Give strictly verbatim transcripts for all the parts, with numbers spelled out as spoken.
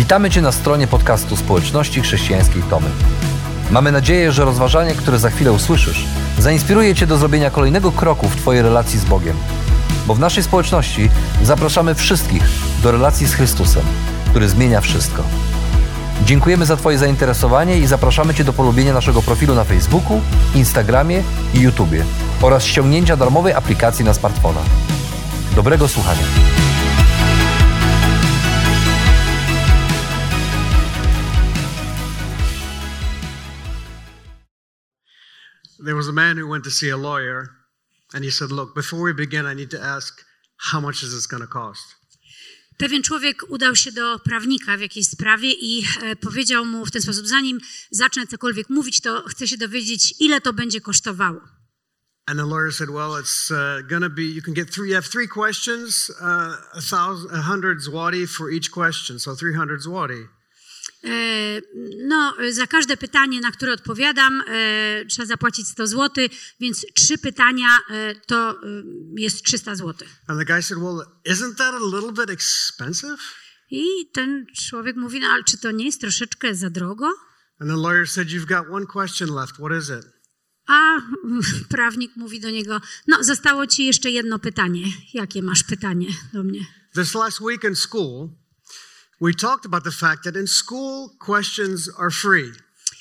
Witamy Cię na stronie podcastu Społeczności Chrześcijańskiej Tomy. Mamy nadzieję, że rozważanie, które za chwilę usłyszysz, zainspiruje Cię do zrobienia kolejnego kroku w Twojej relacji z Bogiem. Bo w naszej społeczności zapraszamy wszystkich do relacji z Chrystusem, który zmienia wszystko. Dziękujemy za Twoje zainteresowanie i zapraszamy Cię do polubienia naszego profilu na Facebooku, Instagramie i YouTubie oraz ściągnięcia darmowej aplikacji na smartfona. Dobrego słuchania. There was a man who went to see a lawyer, and he said, look, before we begin, I need to ask, how much is this going to cost? Pewien człowiek udał się do prawnika w jakiejś sprawie i e, powiedział mu w ten sposób, zanim zacznę cokolwiek mówić, to chcę się dowiedzieć, ile to będzie kosztowało. And the lawyer said, well, it's uh, going to be, you can get three, you have three questions, uh, a thousand, a hundred zloty for each question, so three hundred zloty. E, no, za każde pytanie, na które odpowiadam, e, trzeba zapłacić sto złotych, więc trzy pytania e, to e, jest trzysta złotych. And the guy said, well, isn't that a little bit expensive? I ten człowiek mówi, no ale czy to nie jest troszeczkę za drogo? And the lawyer said, you've got one question left. What is it? A prawnik mówi do niego, no zostało ci jeszcze jedno pytanie. Jakie masz pytanie do mnie? This last week in school, we talked about the fact that in school questions are free.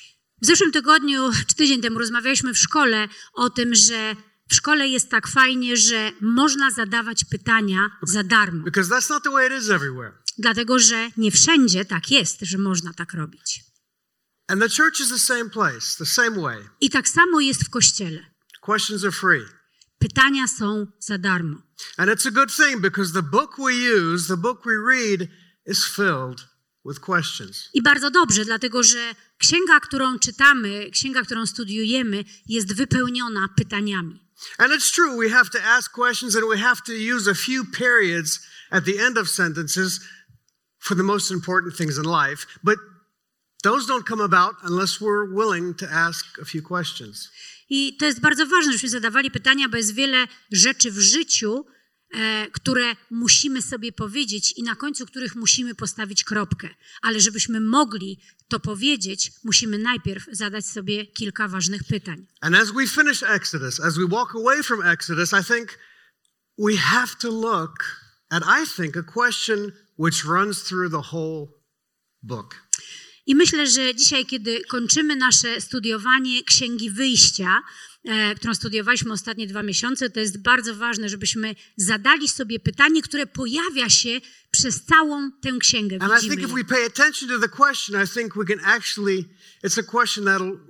W zeszłym tygodniu, czy tydzień temu, rozmawialiśmy w szkole o tym, że w szkole jest tak fajnie, że można zadawać pytania za darmo. Because that's not the way it is everywhere. Dlatego, że nie wszędzie tak jest, że można tak robić. And the church is the same place, the same way. I tak samo jest w kościele. Questions are free. Pytania są za darmo. And it's a good thing because the book we use, the book we read is filled with questions. I bardzo dobrze, dlatego że księga, którą czytamy, księga, którą studiujemy, jest wypełniona pytaniami. And it's true, we have to ask questions and we have to use a few periods at the end of sentences for the most important things in life, but those don't come about unless we're willing to ask a few questions. I to jest bardzo ważne, żebyśmy zadawali pytania, bo jest wiele rzeczy w życiu, e, które musimy sobie powiedzieć i na końcu których musimy postawić kropkę. Ale żebyśmy mogli to powiedzieć, musimy najpierw zadać sobie kilka ważnych pytań. And as we finish Exodus, as we walk away from Exodus, I think we have to look at, I think, a question which runs through the whole book. I myślę, że dzisiaj, kiedy kończymy nasze studiowanie Księgi Wyjścia, e, którą studiowaliśmy ostatnie dwa miesiące, to jest bardzo ważne, żebyśmy zadali sobie pytanie, które pojawia się przez całą tę księgę. And I think if we pay attention to the question, I think we can actually, it's a question that'll,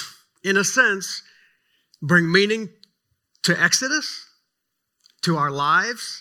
in a sense, bring meaning to Exodus, to our lives,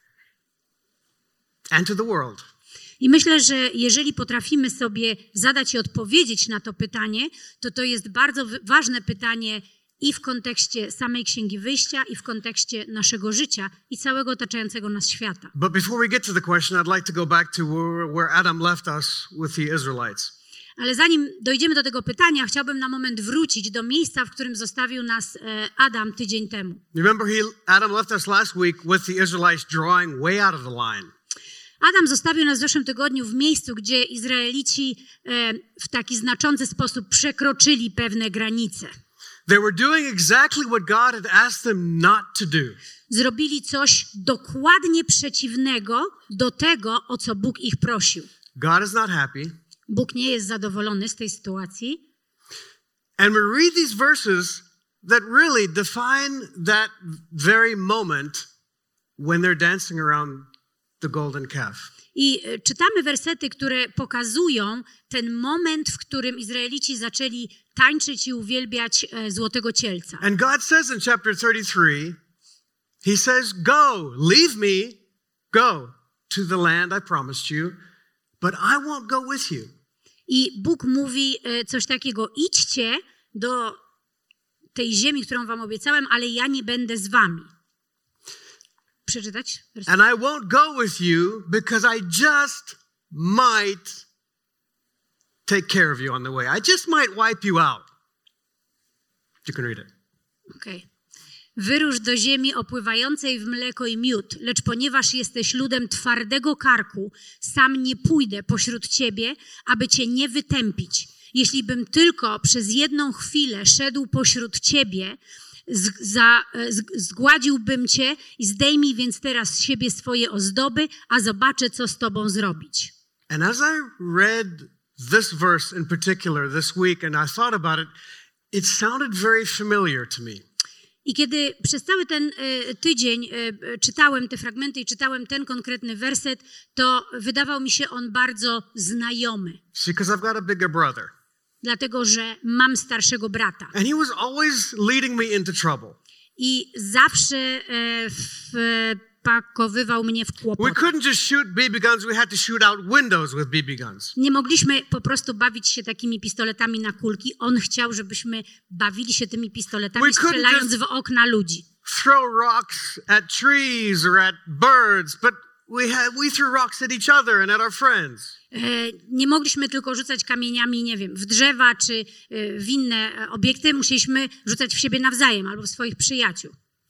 and to the world. I myślę, że jeżeli potrafimy sobie zadać i odpowiedzieć na to pytanie, to to jest bardzo ważne pytanie i w kontekście samej Księgi Wyjścia, i w kontekście naszego życia i całego otaczającego nas świata. But before we get to the question, I'd like to go back to where, where Adam left us with the Israelites. Ale zanim dojdziemy do tego pytania, chciałbym na moment wrócić do miejsca, w którym zostawił nas Adam tydzień temu. Remember, he, Adam left us last week with the Israelites drawing way out of the line. Adam zostawił nas w zeszłym tygodniu w miejscu, gdzie Izraelici e, w taki znaczący sposób przekroczyli pewne granice. They were doing exactly what God had asked them not to do. Zrobili coś dokładnie przeciwnego do tego, o co Bóg ich prosił. God is not happy. Bóg nie jest zadowolony z tej sytuacji. And we read these verses that really define that very moment when they're dancing around the golden calf. I czytamy wersety, które pokazują ten moment, w którym Izraelici zaczęli tańczyć i uwielbiać złotego cielca. And God says in chapter thirty-three, he says, go, leave me, go to the land I promised you, but I won't go with you. I Bóg mówi coś takiego, idźcie do tej ziemi, którą wam obiecałem, ale ja nie będę z wami. Przeczytać? And I won't go with you because I just might take care of you on the way. I just might wipe you out. You can read it. Okej. Okay. Wyrusz do ziemi opływającej w mleko i miód, lecz ponieważ jesteś ludem twardego karku, sam nie pójdę pośród ciebie, aby cię nie wytępić. Jeśli bym tylko przez jedną chwilę szedł pośród ciebie, z, za, z, zgładziłbym cię i zdejmij więc teraz z siebie swoje ozdoby, a zobaczę, co z tobą zrobić. And as I read this verse in particular this week and I thought about it, it sounded very familiar to me. I kiedy przez cały ten y, tydzień y, czytałem te fragmenty i czytałem ten konkretny werset, to wydawał mi się on bardzo znajomy. See, because I've got a bigger brother. Dlatego, że mam starszego brata. And he was always leading me into trouble. I zawsze y, wpakowywał mnie w We kłopot. couldn't just shoot B B guns, we had to shoot out windows with B B guns. Nie mogliśmy po prostu bawić się takimi pistoletami na kulki. On chciał, żebyśmy bawili się tymi We pistoletami, couldn't strzelając just- w okna ludzi. Throw rocks at trees or at birds, but we had we threw rocks at each other and at our friends. E, Nie mogliśmy tylko rzucać kamieniami, nie wiem, w drzewa czy e, w inne e, obiekty. Musieliśmy rzucać w siebie nawzajem albo w swoich przyjaciół.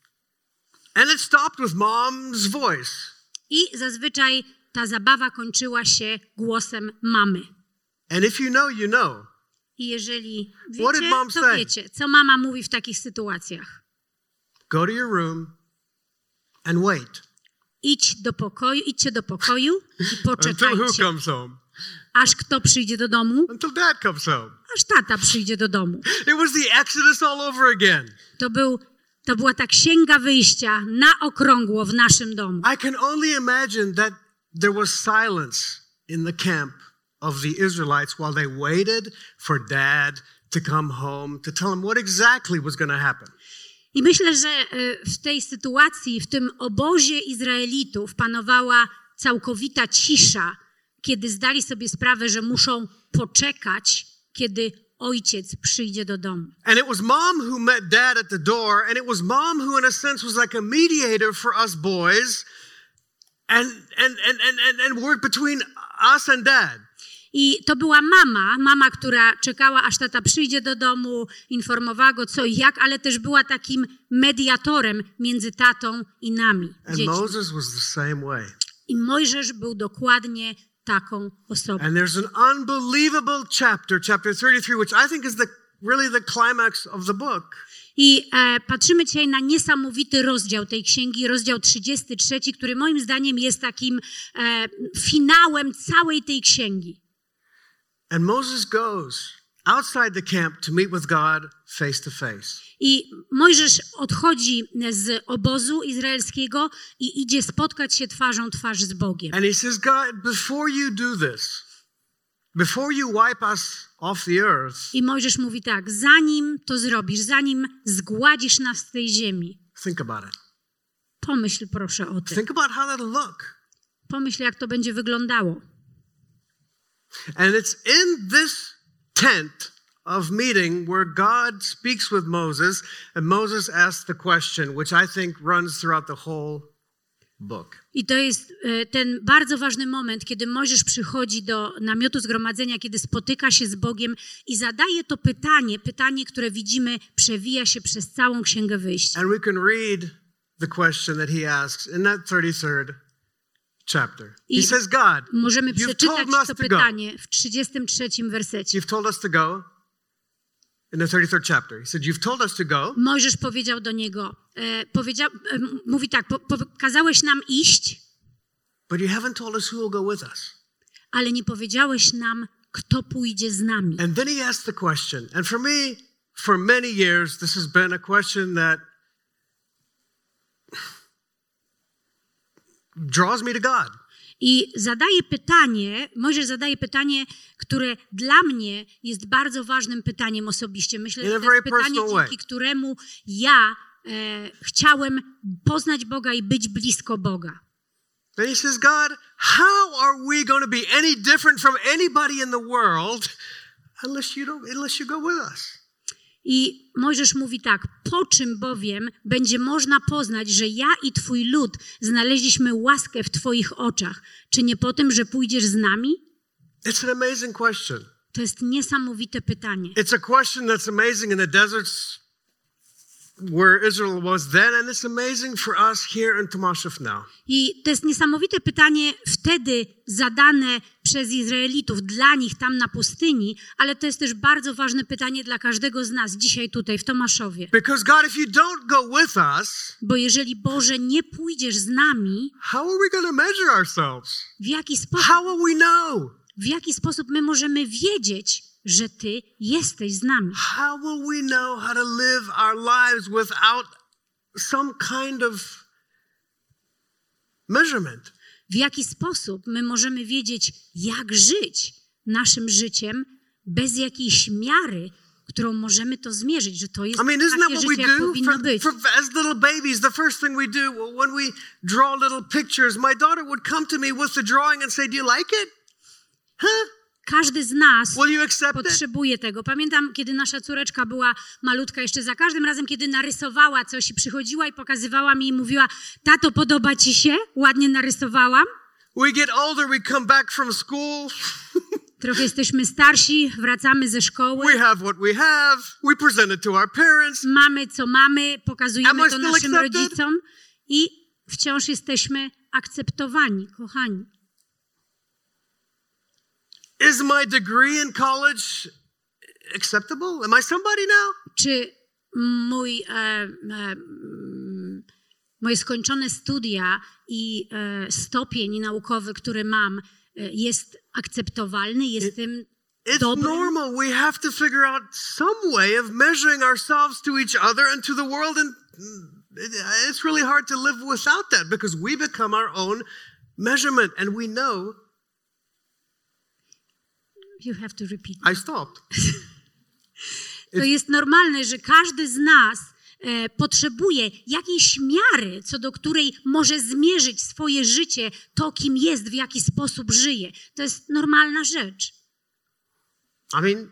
And it stopped with mom's voice. I zazwyczaj ta zabawa kończyła się głosem mamy. And if you know, you know. I jeżeli What did wiecie, mom to say? wiecie, co mama mówi w takich sytuacjach. Go to your room and wait Idź do pokoju, idźcie do pokoju i until who poczekajcie, comes home? aż kto przyjdzie do domu, Until dad comes home. aż tata przyjdzie do domu. It was the Exodus all over again. To, był, to była ta księga wyjścia na okrągło w naszym domu. I can only imagine that there was silence in the camp of the Israelites while they waited for dad to come home to tell them what exactly was going to happen. I myślę, że e, w tej sytuacji, w tym obozie Izraelitów panowała całkowita cisza, kiedy zdali sobie sprawę, że muszą poczekać, kiedy ojciec przyjdzie do domu. And it was mom who met dad at the door, and it was mom who in a sense was like a mediator for us boys and and and and and, and worked between us and dad. I to była mama, mama, która czekała, aż tata przyjdzie do domu, informowała go co i jak, ale też była takim mediatorem między tatą i nami, And dziećmi. Moses was the same way. I Mojżesz był dokładnie taką osobą. And there's an unbelievable chapter, chapter thirty-three, which I think is the really the climax of the book. I e, patrzymy dzisiaj na niesamowity rozdział tej księgi, rozdział trzydziesty trzeci, który moim zdaniem jest takim e, finałem całej tej księgi. And Moses goes outside the camp to meet with God face to face. I Mojżesz odchodzi z obozu izraelskiego i idzie spotkać się twarzą twarz z Bogiem. And he says, God, before you do this, before you wipe us off the earth, I Mojżesz mówi tak, zanim to zrobisz, zanim zgładzisz nas z tej ziemi, think about it. pomyśl proszę o tym. Think about how that'll look. Pomyśl, jak to będzie wyglądało. And it's in this tent of meeting where God speaks with Moses, and Moses asks the question, which I think runs throughout the whole book. I to jest e, ten bardzo ważny moment, kiedy Mojżesz przychodzi do namiotu zgromadzenia, kiedy spotyka się z Bogiem i zadaje to pytanie, pytanie, które widzimy, przewija się przez całą Księgę Wyjścia. And we can read the question that he asks in that thirty-third chapter. He I says, God, Możemy you've przeczytać told us to to go. pytanie w trzydziestym trzecim wersecie. You've told us to go. In the thirty-third chapter, he said, you've told us to go, Mojżesz powiedział do niego, e, powiedział, e, mówi tak, po, po, kazałeś nam iść, but you haven't told us who will go with us. ale nie powiedziałeś nam, kto pójdzie z nami. And then he asked the question. And for me, for many years, this has been a question that draws me to God. I zadaje pytanie, Mojżesz zadaje pytanie, które dla mnie jest bardzo ważnym pytaniem osobiście. Myślę, In że a to very jest pytanie, personal way. dzięki któremu ja e, chciałem poznać Boga i być blisko Boga. And he says, God, how are we going to be any different from anybody in the world unless you don't, unless you go with us? I Mojżesz mówi tak, po czym bowiem będzie można poznać, że ja i Twój lud znaleźliśmy łaskę w Twoich oczach. Czy nie po tym, że pójdziesz z nami? It's an amazing question. To jest niesamowite pytanie. It's a question that's amazing in the deserts where Israel was then, and it's amazing for us here in Tomaszów now. I to jest niesamowite pytanie wtedy zadane przez Izraelitów, dla nich tam na pustyni, ale to jest też bardzo ważne pytanie dla każdego z nas dzisiaj tutaj w Tomaszowie. Because God, if you don't go with us, Bo jeżeli, Boże, nie pójdziesz z nami, how are we going to measure ourselves? w jaki sposób, How will we know? w jaki sposób my możemy wiedzieć, że Ty jesteś z nami? How will we know how to live our lives without some kind of measurement? W jaki sposób my możemy wiedzieć, jak żyć naszym życiem bez jakiejś miary, którą możemy to zmierzyć, że to jest I mean, isn't that takie what we życie, jak do? powinno For, być. for, as little babies, the first thing we do when we draw little pictures, my daughter would come to me with the drawing and say, "Do you like it? Huh? Każdy z nas Will you accept it?" potrzebuje tego. Pamiętam, kiedy nasza córeczka była malutka, jeszcze za każdym razem, kiedy narysowała coś i przychodziła i pokazywała mi i mówiła: tato, podoba ci się? Ładnie narysowałam. We get older, we come back from school. Trochę jesteśmy starsi, wracamy ze szkoły. We have what we have. We present it to our parents. Mamy, co mamy, Am pokazujemy I to still naszym accepted? rodzicom i wciąż jesteśmy akceptowani, kochani. Is my degree in college acceptable? Am I somebody now? Czy mój, e, e, mm, moje skończone studia i e, stopień naukowy, który mam, e, jest akceptowalny? Jestem It's dobrym? normal. We have to figure out some way of measuring ourselves to each other and to the world, and it's really hard to live without that because we become our own measurement, and we know. You have to repeat. I stopped. To jest normalne, że każdy z nas e, potrzebuje jakiejś miary, co do której może zmierzyć swoje życie, to kim jest, w jaki sposób żyje. To jest normalna rzecz. I mean,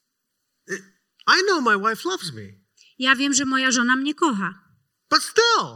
I know my wife loves me, Ja wiem, że moja żona mnie kocha, but still,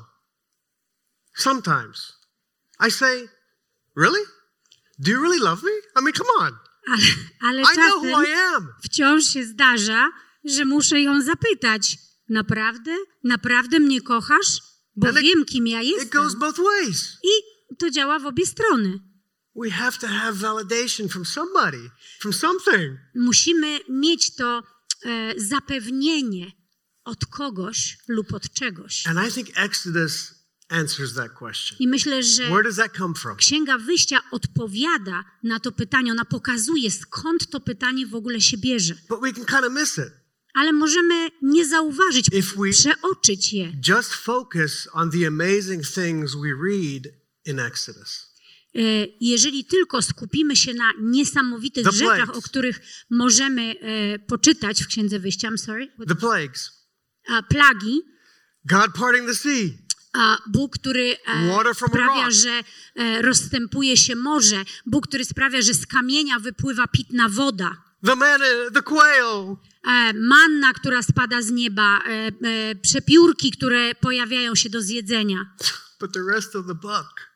sometimes I say, "Really? Do you really love me? I mean, come on. ale, ale I know who czasem I am." wciąż się zdarza, że muszę ją zapytać: naprawdę? Naprawdę mnie kochasz? Bo And it- wiem, kim ja It jestem. goes both ways. I to działa w obie strony. We have to have validation from somebody, from something. Musimy mieć to e, zapewnienie od kogoś lub od czegoś. And I think Exodus answers that question. I myślę, że Where does that come from? Księga Wyjścia odpowiada na to pytanie. Ona pokazuje, skąd to pytanie w ogóle się bierze. But we can kind of miss it. Ale możemy nie zauważyć, If we przeoczyć je. just focus on the amazing things we read in Exodus. E, Jeżeli tylko skupimy się na niesamowitych The rzeczach, plagues. o których możemy e, poczytać w Księdze Wyjścia, I'm sorry, The plagues, a, plagi, God parting the sea, a Bóg, który e, Water from a sprawia, rock. że e, rozstępuje się morze, Bóg, który sprawia, że z kamienia wypływa pitna woda, the manna, the quail, e, manna, która spada z nieba, e, e, przepiórki, które pojawiają się do zjedzenia. but the rest of the book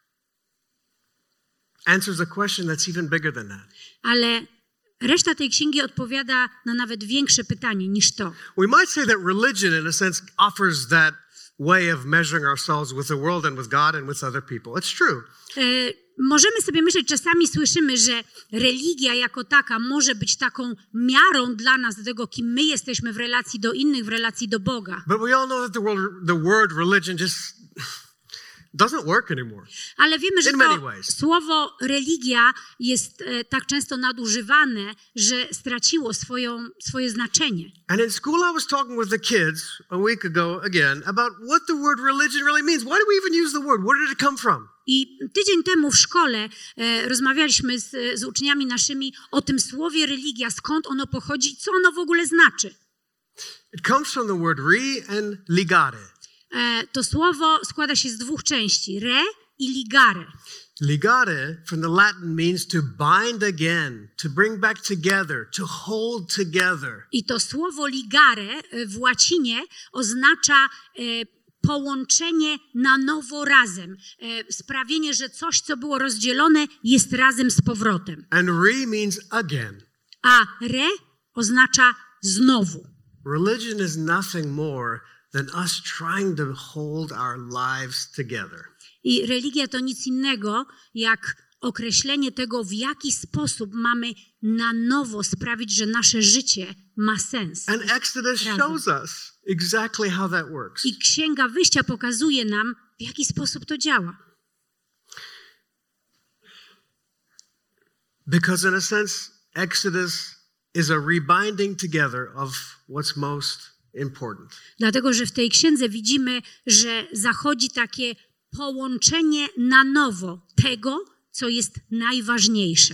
answers a question that's even bigger than that. Ale reszta tej księgi odpowiada na nawet większe pytanie niż to. We might say that religion, in a sense, offers that way of measuring ourselves with the world and with God and with other people. It's true. E, możemy sobie myśleć, czasami słyszymy, że religia jako taka może być taką miarą dla nas do tego, kim my jesteśmy w relacji do innych, w relacji do Boga. But we all know that the word, the word religion just doesn't work anymore. Ale wiemy, że In many to ways. słowo religia jest e, tak często nadużywane, że straciło swoją, swoje znaczenie. And in school, I was talking with the kids a week ago again about what the word religion really means. Why do we even use the word? Where did it come from? I tydzień temu w szkole e, rozmawialiśmy z, z uczniami naszymi o tym słowie religia, skąd ono pochodzi, co ono w ogóle znaczy. It comes from the word re and ligare. E, to słowo składa się z dwóch części, re i ligare. Ligare from the Latin means to bind again, to bring back together, to hold together. I to słowo ligare e, w łacinie oznacza e, połączenie na nowo razem. E, sprawienie, że coś, co było rozdzielone, jest razem z powrotem. And re means again. A re oznacza znowu. Religion is nothing more than us trying to hold our lives together. I religia to nic innego, jak określenie tego, w jaki sposób mamy na nowo sprawić, że nasze życie ma sens. And Exodus Razem. shows us exactly how that works. I Księga Wyjścia pokazuje nam, w jaki sposób to działa. Because in a sense, Exodus is a rebinding together of what's most important. Dlatego, że w tej księdze widzimy, że zachodzi takie połączenie na nowo tego, co jest najważniejsze.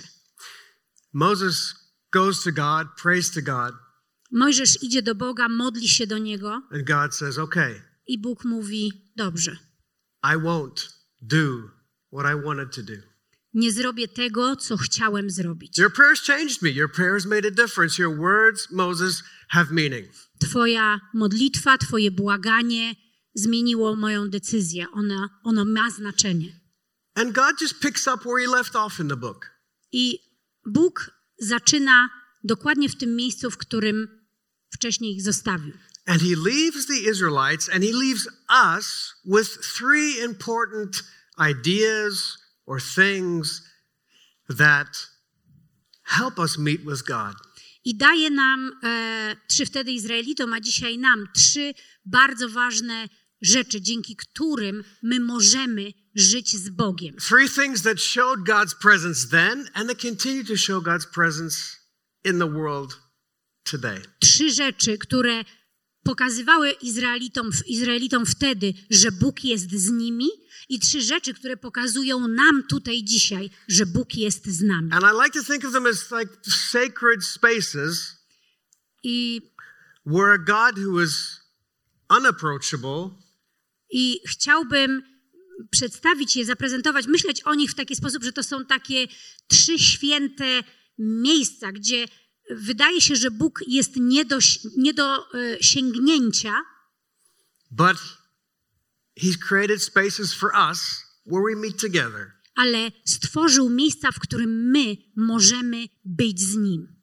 Moses goes to God, prays to God, Mojżesz idzie do Boga, modli się do Niego and God says, okay, i Bóg mówi, dobrze, I won't do what I wanted to do. nie zrobię tego, co chciałem zrobić. Your prayers changed me. Your prayers made a difference. Your words, Moses, have meaning. Twoja modlitwa, Twoje błaganie zmieniło moją decyzję. Ono, ono ma znaczenie. And God just picks up where he left off in the book. I Bóg zaczyna dokładnie w tym miejscu, w którym wcześniej ich zostawił. And he leaves the Israelites and he leaves us with three important ideas or things that help us meet with God. I daje nam, e, trzy wtedy Izraelitom, a dzisiaj nam, trzy bardzo ważne rzeczy, dzięki którym my możemy żyć z Bogiem. Three things that showed God's presence then and that continue to show God's presence in the world today. Trzy rzeczy, które pokazywały Izraelitom, Izraelitom wtedy, że Bóg jest z nimi, i trzy rzeczy, które pokazują nam tutaj dzisiaj, że Bóg jest z nami. And I like to think of them as like sacred spaces I, where a God who is unapproachable I chciałbym przedstawić je, zaprezentować, myśleć o nich w taki sposób, że to są takie trzy święte miejsca, gdzie wydaje się, że Bóg jest nie do, nie do e, sięgnięcia, but he's created spaces for us where we meet together. ale stworzył miejsca, w którym my możemy być z Nim.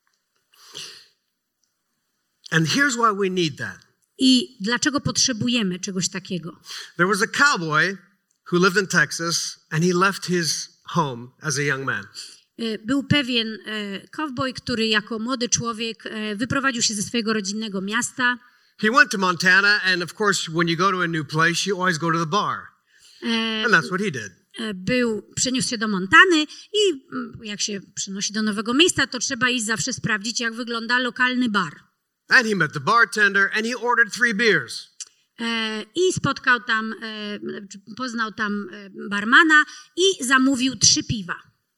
And here's why we need that. I dlaczego potrzebujemy czegoś takiego? There was a cowboy who lived in Texas and he left his home as a young man. E, Był pewien e, cowboy, który jako młody człowiek e, wyprowadził się ze swojego rodzinnego miasta. He went to Montana and of course when you go to a new place you always go to the bar. E, And that's what he did. e, Był, przeniósł się do Montany i mm, jak się przynosi do nowego miejsca, to trzeba iść zawsze sprawdzić, jak wygląda lokalny bar. And he met the bartender and he ordered three beers. E, I spotkał tam, e, czy poznał tam e, barmana i zamówił trzy piwa.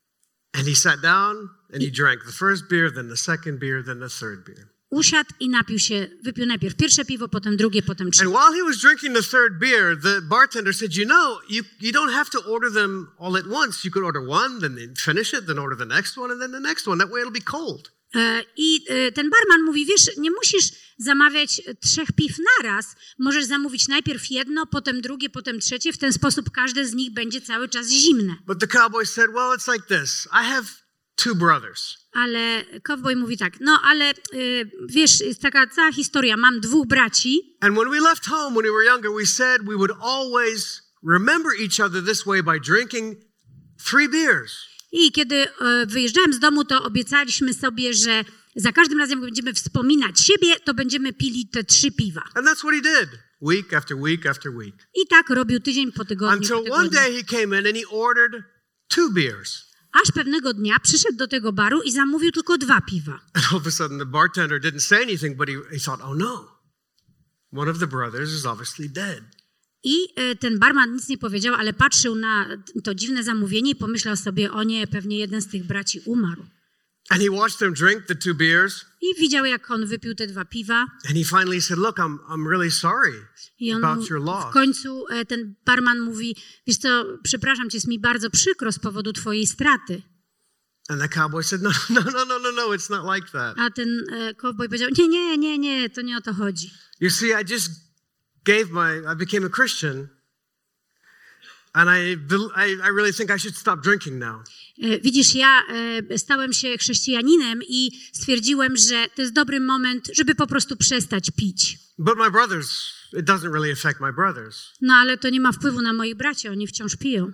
And he sat down and he drank the first beer, then the second beer, then the third beer. Usiadł i napił się, wypił najpierw pierwsze piwo, potem drugie, potem trzecie. And while he was drinking the third beer, the bartender said, you know, you, you don't have to order them all at once. You could order one, then finish it, then order the next one, and then the next one. That way it'll be cold. E, I e, ten barman mówi, wiesz, nie musisz zamawiać trzech piw naraz. Możesz zamówić najpierw jedno, potem drugie, potem trzecie. W ten sposób każde z nich będzie cały czas zimne. But the cowboy said, well, it's like this. I have two brothers. Ale cowboy mówi tak, no ale e, wiesz, jest taka cała historia. Mam dwóch braci And when we left home, when we were younger, we said we would always remember each other this way by drinking three beers. i kiedy e, wyjeżdżałem z domu, to obiecaliśmy sobie, że za każdym razem, jak będziemy wspominać siebie, to będziemy pili te trzy piwa. And that's what he did, week after week after week. I tak robił tydzień po tygodniu, po Until one tygodniu. day he came in and he ordered two beers. Aż pewnego dnia przyszedł do tego baru i zamówił tylko dwa piwa. And all of a sudden the bartender didn't say anything, but he, he thought, oh no, one of the brothers is obviously dead. I e, ten barman nic nie powiedział, ale patrzył na to dziwne zamówienie i pomyślał sobie, o nie, pewnie jeden z tych braci umarł. And he watched them drink the two beers. I widział, jak on wypił te dwa piwa. And he finally said, look, I'm, I'm really sorry I on about mu- your w loss. końcu e, ten barman mówi, wiesz co, przepraszam cię, jest mi bardzo przykro z powodu twojej straty. And the cowboy said, no, no, no, no, no, no, it's not like that. A ten e, cowboy powiedział, nie, nie, nie, nie, to nie o to chodzi. You see, I just gave my, I became a Christian And I, I, I really think I should stop drinking now. E, Widzisz, ja e, stałem się chrześcijaninem i stwierdziłem, że to jest dobry moment, żeby po prostu przestać pić. But my brothers, it doesn't really affect my brothers. No ale to nie ma wpływu na moich braci, oni wciąż piją.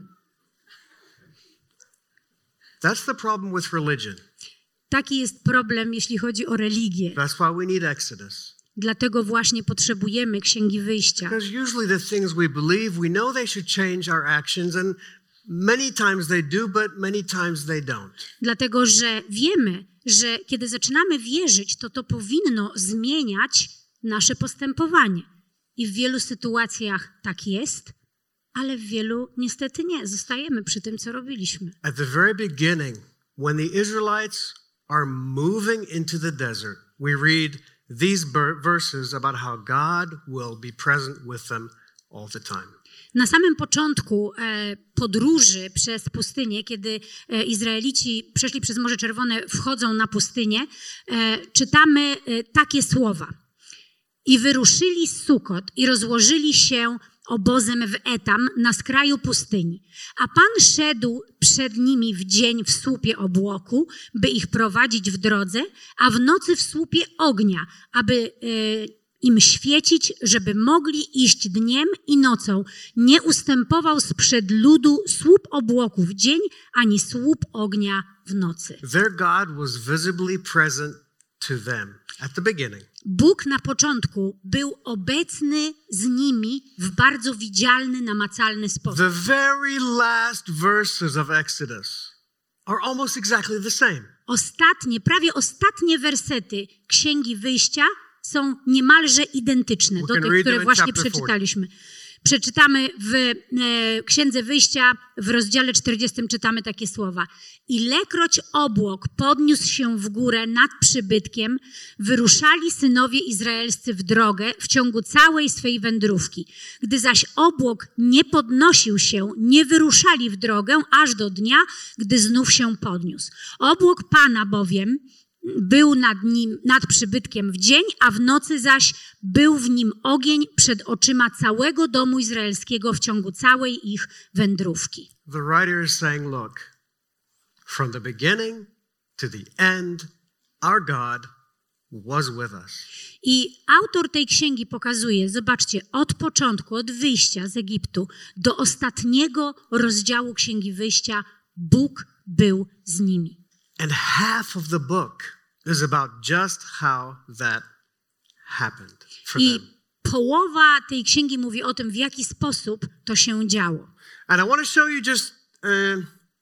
That's the problem with religion. Taki jest problem, jeśli chodzi o religię. That's why we need Exodus. Dlatego właśnie potrzebujemy Księgi Wyjścia. Because usually the things we believe, we know they should change our actions, and many times they do, but many times they don't. Dlatego, że wiemy, że kiedy zaczynamy wierzyć, to to powinno zmieniać nasze postępowanie. I w wielu sytuacjach tak jest, ale w wielu niestety nie. Zostajemy przy tym, co robiliśmy. At the very beginning, when the Israelites are moving into the desert, we read these verses about how God will be present with them all the time. Na samym początku e, podróży przez pustynię, kiedy e, Izraelici przeszli przez Morze Czerwone, wchodzą na pustynię, e, czytamy e, takie słowa. I wyruszyli z Sukot i rozłożyli się obozem w Etam na skraju pustyni. A Pan szedł przed nimi w dzień w słupie obłoku, by ich prowadzić w drodze, a w nocy w słupie ognia, aby e, im świecić, żeby mogli iść dniem i nocą. Nie ustępował sprzed ludu słup obłoku w dzień, ani słup ognia w nocy. Their God was visibly present to them at the beginning. Bóg na początku był obecny z nimi w bardzo widzialny, namacalny sposób. The very last verses of Exodus are almost exactly the same. Ostatnie, prawie ostatnie wersety Księgi Wyjścia są niemalże identyczne do tych, które właśnie przeczytaliśmy. Przeczytamy w e, Księdze Wyjścia w rozdziale czterdziestym czytamy takie słowa. Ilekroć obłok podniósł się w górę nad przybytkiem, wyruszali synowie izraelscy w drogę w ciągu całej swej wędrówki. Gdy zaś obłok nie podnosił się, nie wyruszali w drogę aż do dnia, gdy znów się podniósł. Obłok Pana bowiem był nad nim, nad przybytkiem w dzień, a w nocy zaś był w nim ogień przed oczyma całego domu izraelskiego w ciągu całej ich wędrówki. The writer is saying, look, from the beginning to the end, our God was with us. I autor tej księgi pokazuje, zobaczcie, od początku, od wyjścia z Egiptu do ostatniego rozdziału Księgi Wyjścia Bóg był z nimi. And half of the book is about just how that happened for I them. połowa tej księgi mówi o tym, w jaki sposób to się działo. And I want to show you just uh,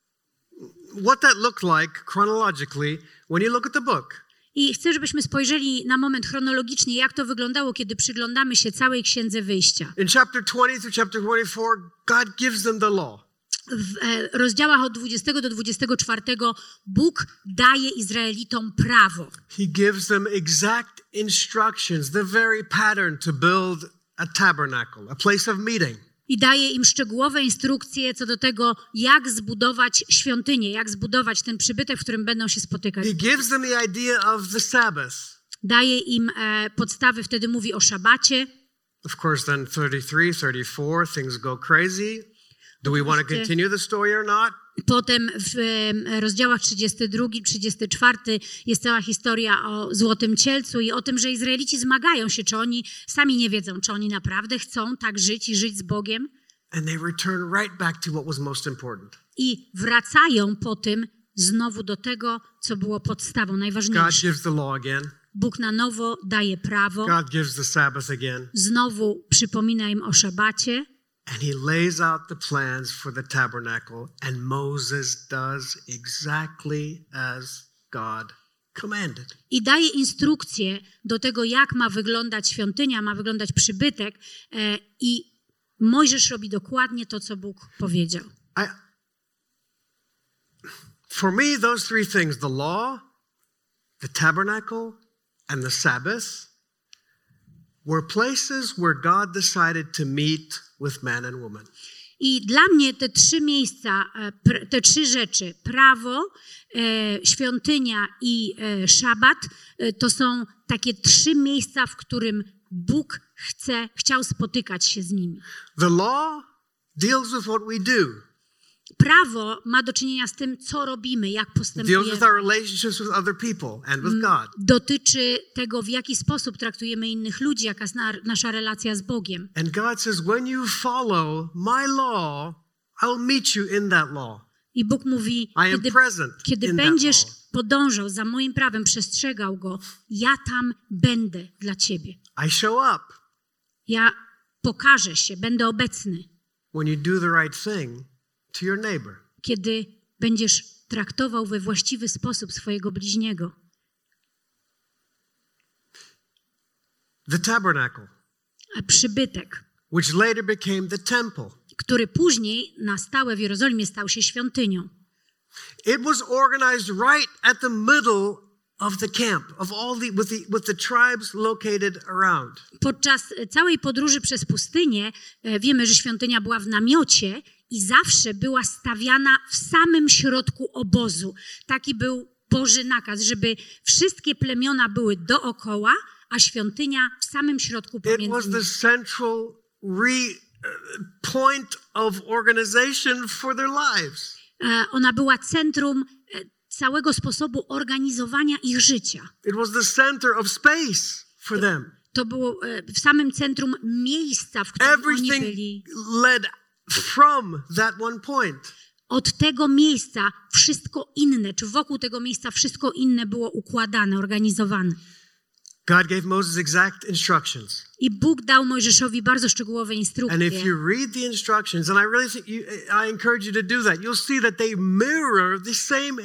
what that looked like chronologically when you look at the book. I chcę, żebyśmy spojrzeli na moment chronologicznie, jak to wyglądało, kiedy przyglądamy się całej Księdze Wyjścia. In chapter twenty through chapter twenty-four, God gives them the law. W rozdziałach od dwudziestego do dwudziestego czwartego Bóg daje Izraelitom prawo. He gives them exact instructions, the very pattern to build a tabernacle, a place of meeting. I daje im szczegółowe instrukcje co do tego, jak zbudować świątynię, jak zbudować ten przybytek, w którym będą się spotykać. He gives them the idea of the Sabbath. Daje im e, podstawy, wtedy mówi o szabacie. Of course, then thirty-three, thirty-four, things go crazy. Do we want to continue the story or not? Potem w e, rozdziałach trzydziestym drugim, trzydziestym czwartym jest cała historia o złotym cielcu i o tym, że Izraelici zmagają się, czy oni sami nie wiedzą, czy oni naprawdę chcą tak żyć i żyć z Bogiem. And they return right back to what was most important. I wracają po tym znowu do tego, co było podstawą, God najważniejsze. gives the law again. Bóg na nowo daje prawo, God gives the Sabbath again. znowu przypomina im o szabacie. And he lays out the plans for the tabernacle, and Moses does exactly as God commanded. I daje instrukcje do tego, jak ma wyglądać świątynia, ma wyglądać przybytek e, i Mojżesz robi dokładnie to, co Bóg powiedział. I, for me, those three things, the law, the tabernacle, and the Sabbath, were places where God decided to meet with man and woman. I dla mnie te trzy miejsca, te trzy rzeczy, prawo, świątynia i szabat, to są takie trzy miejsca, w którym Bóg chce, chciał spotykać się z nimi. The law deals with what we do, Prawo ma do czynienia z tym, co robimy, jak deals with postępujemy. our relationships with other people and with God. Dotyczy tego, w jaki sposób traktujemy innych ludzi, jaka jest na, nasza relacja z Bogiem. And God says, when you follow my law, I'll meet you in that law. I Bóg mówi, I am kiedy, present kiedy in that będziesz law. podążał za moim prawem, przestrzegał go, ja tam będę dla ciebie. I show up Ja pokażę się, będę obecny, when you do the right thing to your neighbor. kiedy będziesz traktował we właściwy sposób swojego bliźniego. The tabernacle, A przybytek, which later became the temple. który później na stałe w Jerozolimie stał się świątynią. It was organized right at the middle of the camp, of all the with the with the tribes located around. Podczas całej podróży przez pustynię e, wiemy, że świątynia była w namiocie i zawsze była stawiana w samym środku obozu. Taki był Boży nakaz, żeby wszystkie plemiona były dookoła, a świątynia w samym środku It was pomiędzy the nimi. central re, point of organization for their lives. E, Ona była centrum e, całego sposobu organizowania ich życia. It was the center of space for them. To było e, w samym centrum miejsca, w którym oni Everything byli. led from that one point. Od tego miejsca wszystko inne, czy wokół tego miejsca wszystko inne było układane, organizowane. God gave Moses exact instructions. I Bóg dał Mojżeszowi bardzo szczegółowe And instrukcje. if you read the instructions, and I really think you, I encourage you to do that, you'll see that they mirror the same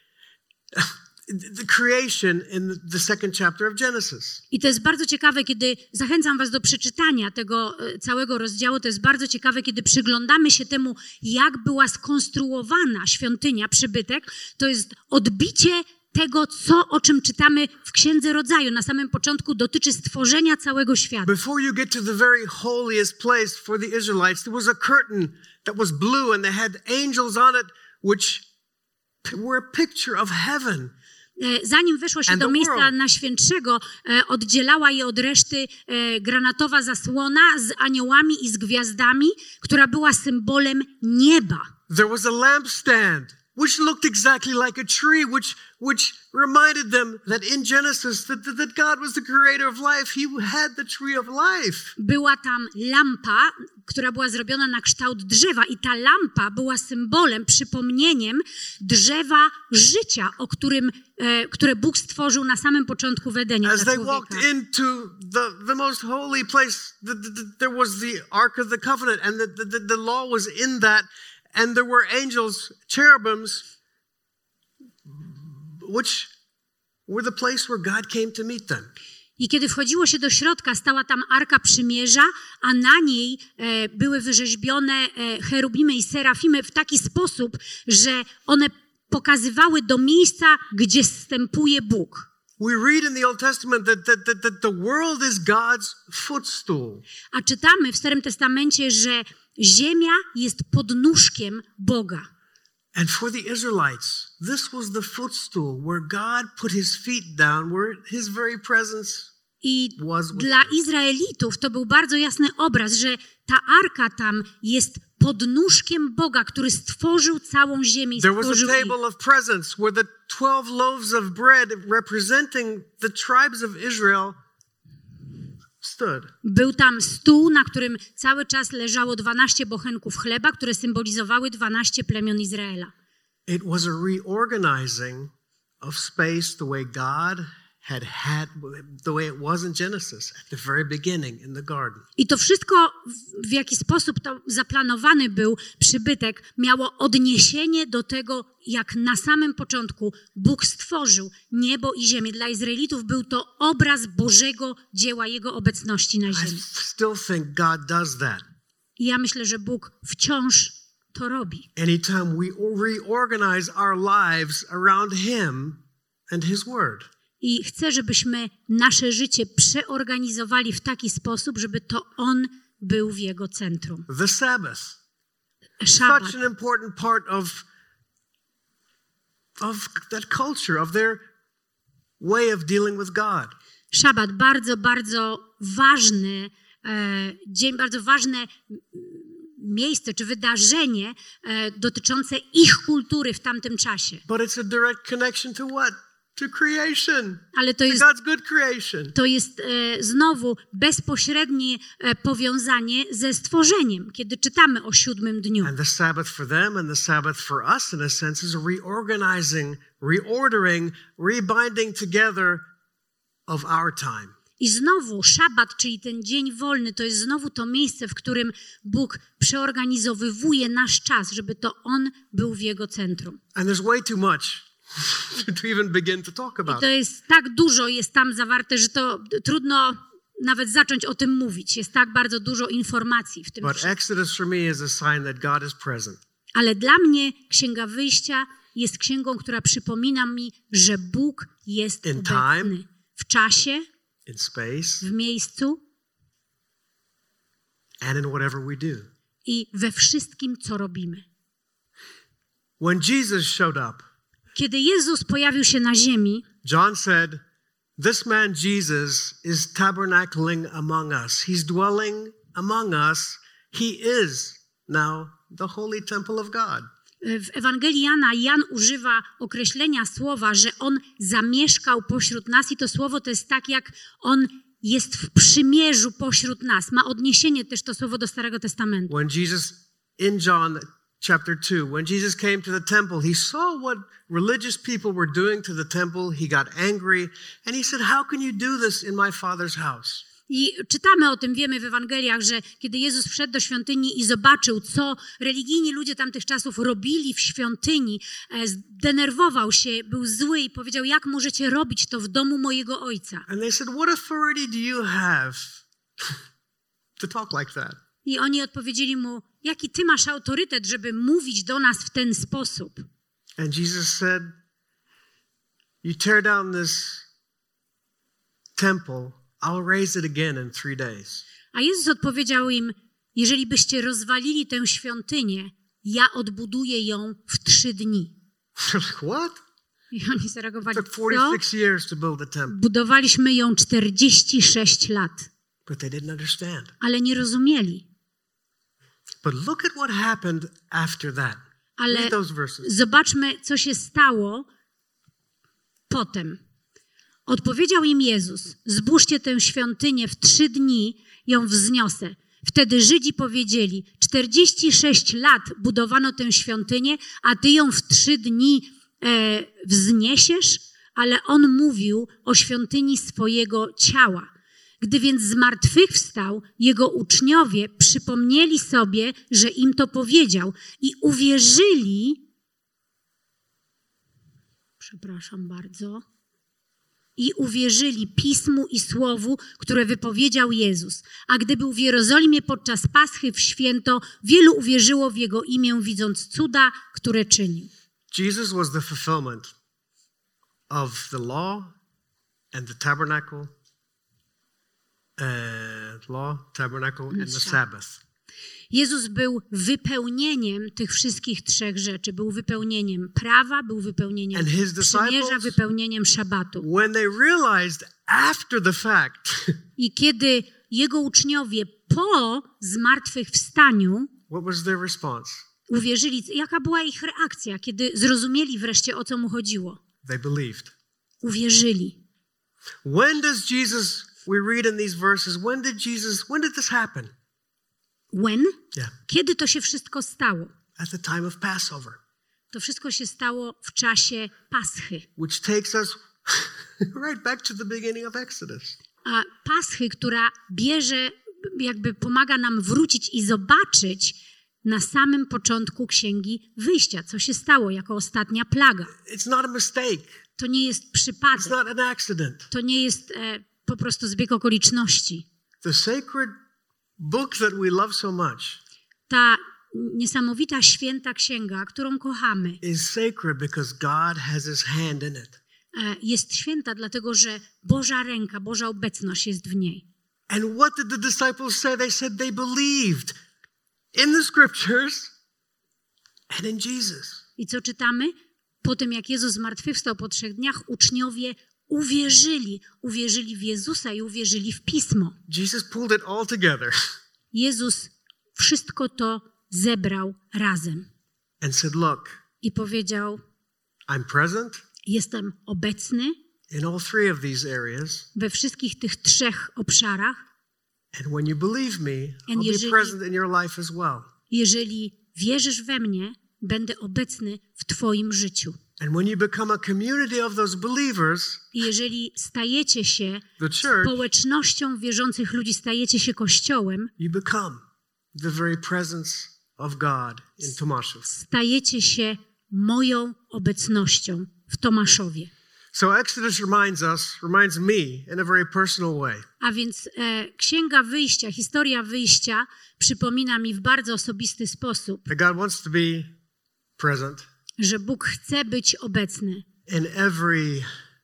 the creation in the second chapter of Genesis. I to jest bardzo ciekawe, kiedy zachęcam was do przeczytania tego e, całego rozdziału. To jest bardzo ciekawe, kiedy przyglądamy się temu, jak była skonstruowana świątynia, przybytek. To jest odbicie tego, co, o czym czytamy w Księdze Rodzaju. Na samym początku dotyczy stworzenia całego świata. Before you get to the very holiest place for the Israelites, there was a curtain that was blue and they had angels on it which were a picture of heaven. E, Zanim weszło się And do the miejsca world. Najświętszego, e, oddzielała je od reszty e, granatowa zasłona z aniołami i z gwiazdami, która była symbolem nieba. There was a lampstand which looked exactly like a tree, which which reminded them that in Genesis that, that, that God was the creator of life. He had the tree of life. Była tam lampa, która była zrobiona na kształt drzewa i ta lampa była symbolem, przypomnieniem drzewa życia, o którym, e, które Bóg stworzył na samym początku w Edenie As dla they walked człowieka. into the, the most holy place, the, the, the, there was the Ark of the Covenant, and the, the, the law was in that, and there were angels, cherubims, which were the place where God came to meet them. I kiedy wchodziło się do środka, stała tam Arka Przymierza, a na niej e, były wyrzeźbione e, cherubimy i serafimy w taki sposób, że one pokazywały do miejsca, gdzie zstępuje Bóg. We read in the Old Testament that, that, that, that the world is God's footstool. A czytamy w Starym Testamencie, że ziemia jest podnóżkiem Boga. And for the Israelites, this was the footstool where God put his feet down, where his very presence I was with dla them. Izraelitów to był bardzo jasny obraz, że ta arka tam jest podnóżkiem Boga, który stworzył całą ziemię i There was a stworzył ich. table of presence where the twelve loaves of bread representing the tribes of Israel stood. Był tam stół, na którym cały czas leżało dwanaście bochenków chleba, które symbolizowały dwanaście plemion Izraela. It was a reorganizing of space the way God had had, the way it was in Genesis at the very beginning in the garden. I to wszystko, w, w jaki sposób to zaplanowany był przybytek, miało odniesienie do tego, jak na samym początku Bóg stworzył niebo i ziemię. Dla Izraelitów był to obraz Bożego dzieła, Jego obecności na I ziemi. still think God does that. I ja myślę, że Bóg wciąż to robi. Anytime we reorganize our lives around Him and His Word. I chcę, żebyśmy nasze życie przeorganizowali w taki sposób, żeby to On był w Jego centrum. The Sabbath. Szabat. Such an important part of, of that culture, of their way of dealing with God. Szabat, bardzo, bardzo ważny e, dzień, bardzo ważne miejsce czy wydarzenie e, dotyczące ich kultury w tamtym czasie. But it's a direct connection to what? To creation. Ale to To jest, God's good creation. to jest e, znowu bezpośrednie e, powiązanie ze stworzeniem, kiedy czytamy o siódmym dniu. And the Sabbath for them and the Sabbath for us, in a sense, is a reorganizing, reordering, rebinding together of our time. I znowu szabat, czyli ten dzień wolny, to jest znowu to miejsce, w którym Bóg przeorganizowywuje nasz czas, żeby to On był w Jego centrum. And there's way too much to even begin to talk I about. to jest tak dużo, jest tam zawarte, że to trudno nawet zacząć o tym mówić. Jest tak bardzo dużo informacji w tym But wszystkim. Exodus for me is a sign that God is present. Ale dla mnie Księga Wyjścia jest księgą, która przypomina mi, że Bóg jest In obecny time. w czasie, In space w miejscu and in whatever we do. i we wszystkim, co robimy. When Jesus showed up, Kiedy Jezus pojawił się na ziemi, John said, "This man Jesus is tabernacling among us. He's dwelling among us. He is now the holy temple of God." w Ewangelii Jana Jan używa określenia słowa, że On zamieszkał pośród nas i to słowo to jest tak, jak On jest w przymierzu pośród nas. Ma odniesienie też to słowo do Starego Testamentu. When Jesus, in John chapter two, when Jesus came to the temple, he saw what religious people were doing to the temple. He got angry and he said, "How can you do this in my Father's house?" I czytamy o tym, wiemy w Ewangeliach, że kiedy Jezus wszedł do świątyni i zobaczył, co religijni ludzie tamtych czasów robili w świątyni, e, zdenerwował się, był zły i powiedział, jak możecie robić to w domu mojego Ojca? And they said, "What authority do you have to talk like that?" I oni odpowiedzieli mu, jaki ty masz autorytet, żeby mówić do nas w ten sposób? And Jesus said, "You tear down this temple, I'll raise it again in three days." A Jezus odpowiedział im, jeżeli byście rozwalili tę świątynię, ja odbuduję ją w trzy dni. They're like, "What?" I oni zareagowali, It took co? forty-six years to build the temple. Budowaliśmy ją czterdzieści sześć lat, But they didn't understand. ale nie rozumieli. But look at what happened after that. Ale Read those verses. zobaczmy, co się stało potem. Odpowiedział im Jezus, zbóżcie tę świątynię w trzy dni, ją wzniosę. Wtedy Żydzi powiedzieli, czterdzieści sześć lat budowano tę świątynię, a ty ją w trzy dni e, wzniesiesz? Ale on mówił o świątyni swojego ciała. Gdy więc zmartwychwstał, jego uczniowie przypomnieli sobie, że im to powiedział i uwierzyli, przepraszam bardzo, i uwierzyli Pismu i Słowu, które wypowiedział Jezus. A gdy był w Jerozolimie podczas Paschy w święto, wielu uwierzyło w Jego imię, widząc cuda, które czynił. Jesus was the fulfillment of the law and the tabernacle, uh, law, tabernacle, and the Sabbath. Jezus był wypełnieniem tych wszystkich trzech rzeczy. Był wypełnieniem prawa, był wypełnieniem And his przymierza, disciples, wypełnieniem szabatu. when they realized after the fact, I kiedy Jego uczniowie po zmartwychwstaniu what was their response? uwierzyli, jaka była ich reakcja, kiedy zrozumieli wreszcie, o co mu chodziło? They believed. Uwierzyli. When does Jesus, we read in these verses, when did Jesus, when did this happen? When? Yeah, Kiedy to się wszystko stało? at the time of Passover, To wszystko się stało w czasie Paschy. which takes us right back to the beginning of Exodus. A Paschy, która bierze, jakby pomaga nam wrócić i zobaczyć na samym początku Księgi Wyjścia, co się stało jako ostatnia plaga. It's not a mistake. To nie jest It's przypadek, not an accident. to nie jest e, po prostu zbieg okoliczności. The sacred book that we love so much Ta niesamowita święta księga, którą kochamy, is sacred because God has his hand in it. e, jest święta, dlatego że Boża ręka, Boża obecność jest w niej. And what did the disciples say? They said they believed in the scriptures and in Jesus. I co czytamy? Po tym, jak Jezus zmartwychwstał po trzech dniach, uczniowie uwierzyli. Uwierzyli w Jezusa i uwierzyli w Pismo. Jesus pulled it all together. Jezus wszystko to zebrał razem. and said, look, I powiedział, I'm present jestem obecny in all three of these areas. we wszystkich tych trzech obszarach. And when you believe me, And I'll be jeżeli- present in your life as well. Jeżeli wierzysz we mnie, będę obecny w twoim życiu. And when you become a community of those believers, I jeżeli stajecie się the church, społecznością wierzących ludzi, stajecie się kościołem, you become the very presence of God in Tomaszów. stajecie się moją obecnością w Tomaszowie. So Exodus reminds us, reminds me in a very personal way, A więc e, Księga Wyjścia, historia Wyjścia przypomina mi w bardzo osobisty sposób, that God wants to be present że Bóg chce być obecny in every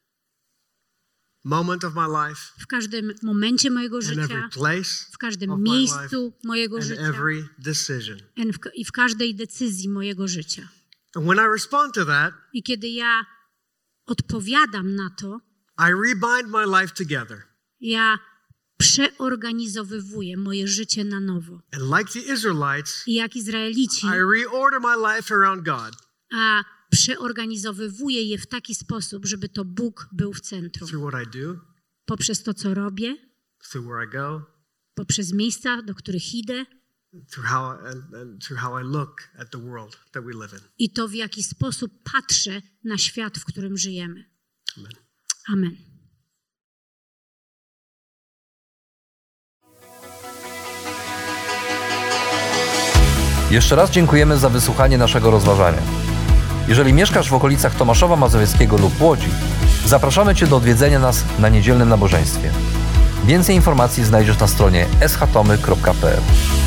moment of my life, w każdym momencie mojego in every życia, place w każdym of my life, miejscu mojego and życia every decision. en- w- i w każdej decyzji mojego życia. And when I respond to that, I kiedy ja odpowiadam na to, I rebind my life together. ja przeorganizowywuję moje życie na nowo. And like the Israelites, I jak Izraelici, I reorder my life around God a przeorganizowywuję je w taki sposób, żeby to Bóg był w centrum. through what I do, Poprzez to, co robię, through where I go, poprzez miejsca, do których idę through how and, and through how I look at the world that we live in. i to, w jaki sposób patrzę na świat, w którym żyjemy. Amen. Amen. Jeszcze raz dziękujemy za wysłuchanie naszego rozważania. Jeżeli mieszkasz w okolicach Tomaszowa Mazowieckiego lub Łodzi, zapraszamy Cię do odwiedzenia nas na niedzielnym nabożeństwie. Więcej informacji znajdziesz na stronie s h tomy kropka p l.